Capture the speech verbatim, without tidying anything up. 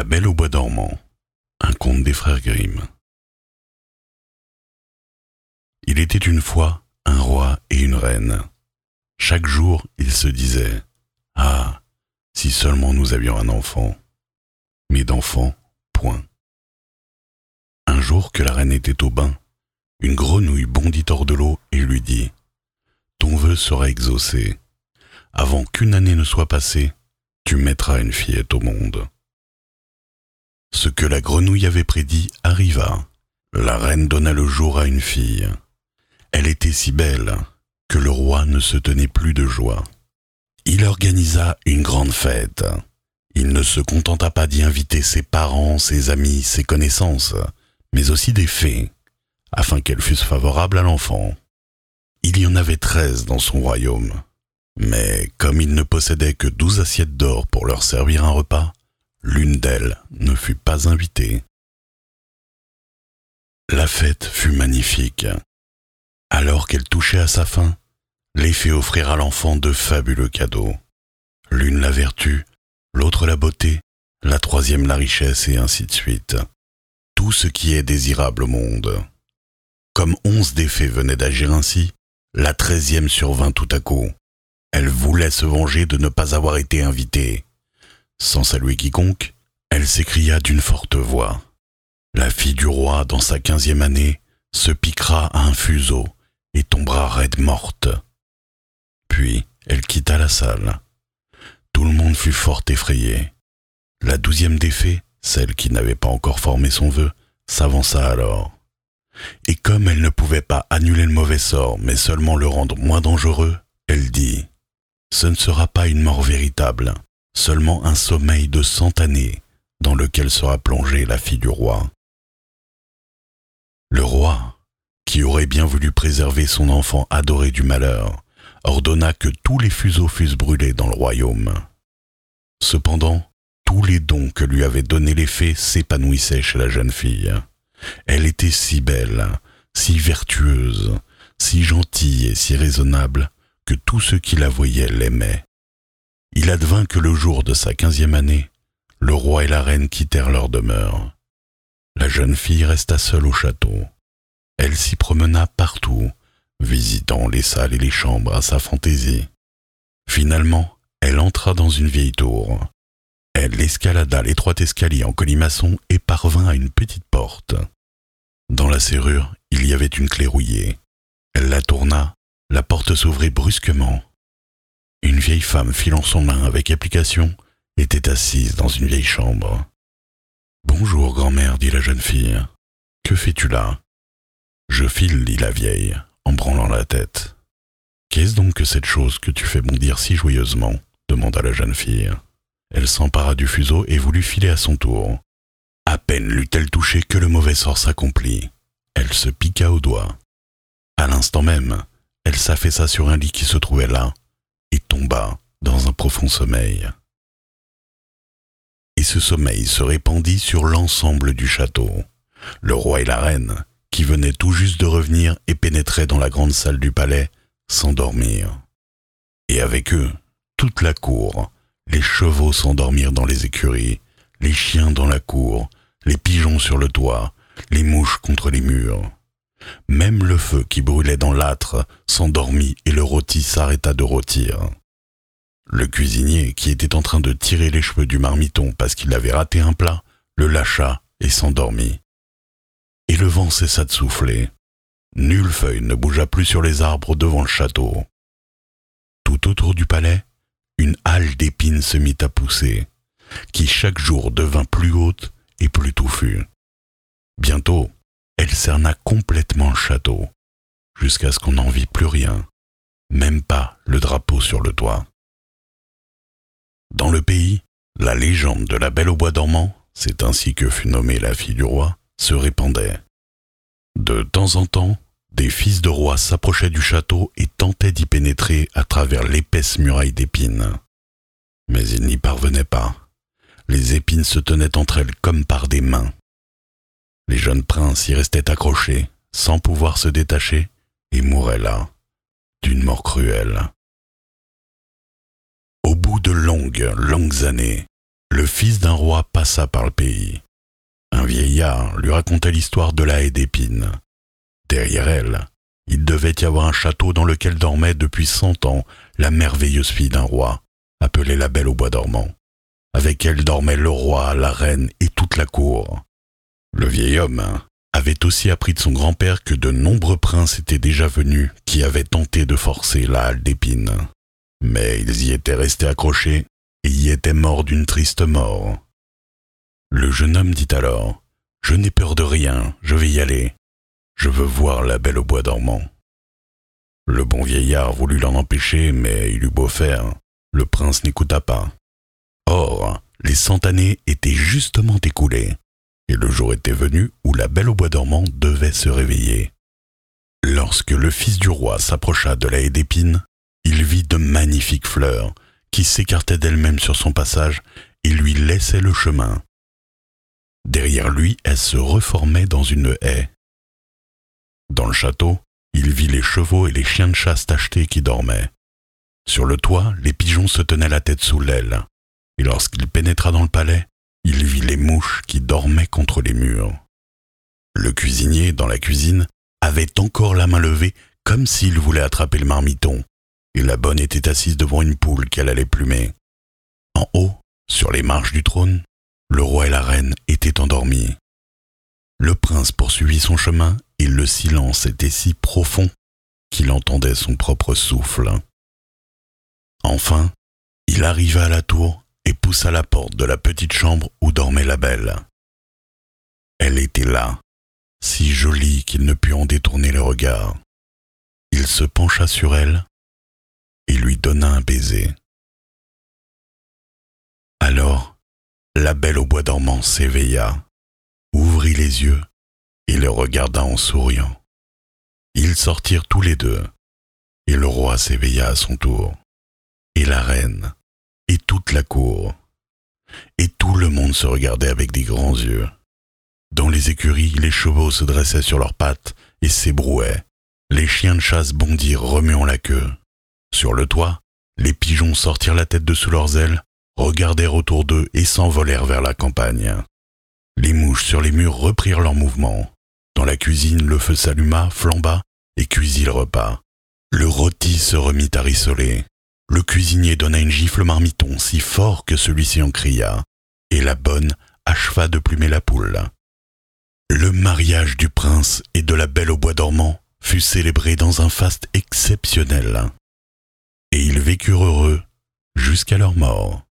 La Belle au bois dormant, un conte des frères Grimm. Il était une fois un roi et une reine. Chaque jour, ils se disaient « Ah, si seulement nous avions un enfant !» Mais d'enfant, point. Un jour que la reine était au bain, une grenouille bondit hors de l'eau et lui dit « Ton vœu sera exaucé. Avant qu'une année ne soit passée, tu mettras une fillette au monde. » Ce que la grenouille avait prédit arriva. La reine donna le jour à une fille. Elle était si belle que le roi ne se tenait plus de joie. Il organisa une grande fête. Il ne se contenta pas d'y inviter ses parents, ses amis, ses connaissances, mais aussi des fées, afin qu'elles fussent favorables à l'enfant. Il y en avait treize dans son royaume, mais comme il ne possédait que douze assiettes d'or pour leur servir un repas, l'une d'elles ne fut pas invitée. La fête fut magnifique. Alors qu'elle touchait à sa fin, les fées offrirent à l'enfant de fabuleux cadeaux. L'une la vertu, l'autre la beauté, la troisième la richesse et ainsi de suite. Tout ce qui est désirable au monde. Comme onze des fées venaient d'agir ainsi, la treizième survint tout à coup. Elle voulait se venger de ne pas avoir été invitée. Sans saluer quiconque, elle s'écria d'une forte voix. La fille du roi, dans sa quinzième année, se piquera à un fuseau et tombera raide morte. Puis, elle quitta la salle. Tout le monde fut fort effrayé. La douzième des fées, celle qui n'avait pas encore formé son vœu, s'avança alors. Et comme elle ne pouvait pas annuler le mauvais sort, mais seulement le rendre moins dangereux, elle dit « Ce ne sera pas une mort véritable, seulement un sommeil de cent années dans lequel sera plongée la fille du roi. » Le roi, qui aurait bien voulu préserver son enfant adoré du malheur, ordonna que tous les fuseaux fussent brûlés dans le royaume. Cependant, tous les dons que lui avaient donnés les fées s'épanouissaient chez la jeune fille. Elle était si belle, si vertueuse, si gentille et si raisonnable que tous ceux qui la voyaient l'aimaient. Il advint que le jour de sa quinzième année, le roi et la reine quittèrent leur demeure. La jeune fille resta seule au château. Elle s'y promena partout, visitant les salles et les chambres à sa fantaisie. Finalement, elle entra dans une vieille tour. Elle escalada l'étroit escalier en colimaçon et parvint à une petite porte. Dans la serrure, il y avait une clé rouillée. Elle la tourna, la porte s'ouvrit brusquement. Une vieille femme filant son main avec application était assise dans une vieille chambre. « Bonjour, grand-mère, dit la jeune fille. « Que fais-tu là ?»« Je file, dit la vieille, en branlant la tête. »« Qu'est-ce donc que cette chose que tu fais bondir si joyeusement ?» demanda la jeune fille. Elle s'empara du fuseau et voulut filer à son tour. À peine l'eut-elle touché que le mauvais sort s'accomplit. Elle se piqua au doigt. À l'instant même, elle s'affaissa sur un lit qui se trouvait là et tomba dans un profond sommeil. Et ce sommeil se répandit sur l'ensemble du château. Le roi et la reine, qui venaient tout juste de revenir et pénétraient dans la grande salle du palais, s'endormirent. Et avec eux, toute la cour. Les chevaux s'endormirent dans les écuries, les chiens dans la cour, les pigeons sur le toit, les mouches contre les murs. Même le feu qui brûlait dans l'âtre s'endormit et le rôti s'arrêta de rôtir. Le cuisinier, qui était en train de tirer les cheveux du marmiton parce qu'il avait raté un plat, le lâcha et s'endormit. Et le vent cessa de souffler. Nulle feuille ne bougea plus sur les arbres devant le château. Tout autour du palais, une halle d'épines se mit à pousser, qui chaque jour devint plus haute et plus touffue. Bientôt, elle cerna complètement le château, jusqu'à ce qu'on n'en vit plus rien, même pas le drapeau sur le toit. Dans le pays, la légende de la Belle au bois dormant, c'est ainsi que fut nommée la fille du roi, se répandait. De temps en temps, des fils de rois s'approchaient du château et tentaient d'y pénétrer à travers l'épaisse muraille d'épines. Mais ils n'y parvenaient pas. Les épines se tenaient entre elles comme par des mains. Les jeunes princes y restaient accrochés, sans pouvoir se détacher, et mouraient là, d'une mort cruelle. Au bout de longues, longues années, le fils d'un roi passa par le pays. Un vieillard lui raconta l'histoire de la haie d'épines. Derrière elle, il devait y avoir un château dans lequel dormait depuis cent ans la merveilleuse fille d'un roi, appelée la Belle au bois dormant. Avec elle dormaient le roi, la reine et toute la cour. Le vieil homme avait aussi appris de son grand-père que de nombreux princes étaient déjà venus qui avaient tenté de forcer la halle d'épines. Mais ils y étaient restés accrochés et y étaient morts d'une triste mort. Le jeune homme dit alors : « Je n'ai peur de rien, je vais y aller. Je veux voir la Belle au bois dormant. » Le bon vieillard voulut l'en empêcher, mais il eut beau faire, le prince n'écouta pas. Or, les cent années étaient justement écoulées, et le jour était venu où la Belle au bois dormant devait se réveiller. Lorsque le fils du roi s'approcha de la haie d'épines, il vit de magnifiques fleurs qui s'écartaient d'elles-mêmes sur son passage et lui laissaient le chemin. Derrière lui, elles se reformaient dans une haie. Dans le château, il vit les chevaux et les chiens de chasse tachetés qui dormaient. Sur le toit, les pigeons se tenaient la tête sous l'aile, et lorsqu'il pénétra dans le palais, il vit les mouches qui dormaient contre les murs. Le cuisinier, dans la cuisine, avait encore la main levée comme s'il voulait attraper le marmiton, et la bonne était assise devant une poule qu'elle allait plumer. En haut, sur les marches du trône, le roi et la reine étaient endormis. Le prince poursuivit son chemin et le silence était si profond qu'il entendait son propre souffle. Enfin, il arriva à la tour et poussa la porte de la petite chambre où dormait la Belle. Elle était là, si jolie qu'il ne put en détourner le regard. Il se pencha sur elle et lui donna un baiser. Alors, la Belle au bois dormant s'éveilla, ouvrit les yeux et le regarda en souriant. Ils sortirent tous les deux, et le roi s'éveilla à son tour, et la reine, et toute la cour, et tout le monde se regardait avec des grands yeux. Dans les écuries, les chevaux se dressaient sur leurs pattes et s'ébrouaient. Les chiens de chasse bondirent remuant la queue. Sur le toit, les pigeons sortirent la tête de sous leurs ailes, regardèrent autour d'eux et s'envolèrent vers la campagne. Les mouches sur les murs reprirent leur mouvement. Dans la cuisine, le feu s'alluma, flamba et cuisit le repas. Le rôti se remit à rissoler. Le cuisinier donna une gifle au marmiton si fort que celui-ci en cria, et la bonne acheva de plumer la poule. Le mariage du prince et de la Belle au bois dormant fut célébré dans un faste exceptionnel. Et ils vécurent heureux jusqu'à leur mort.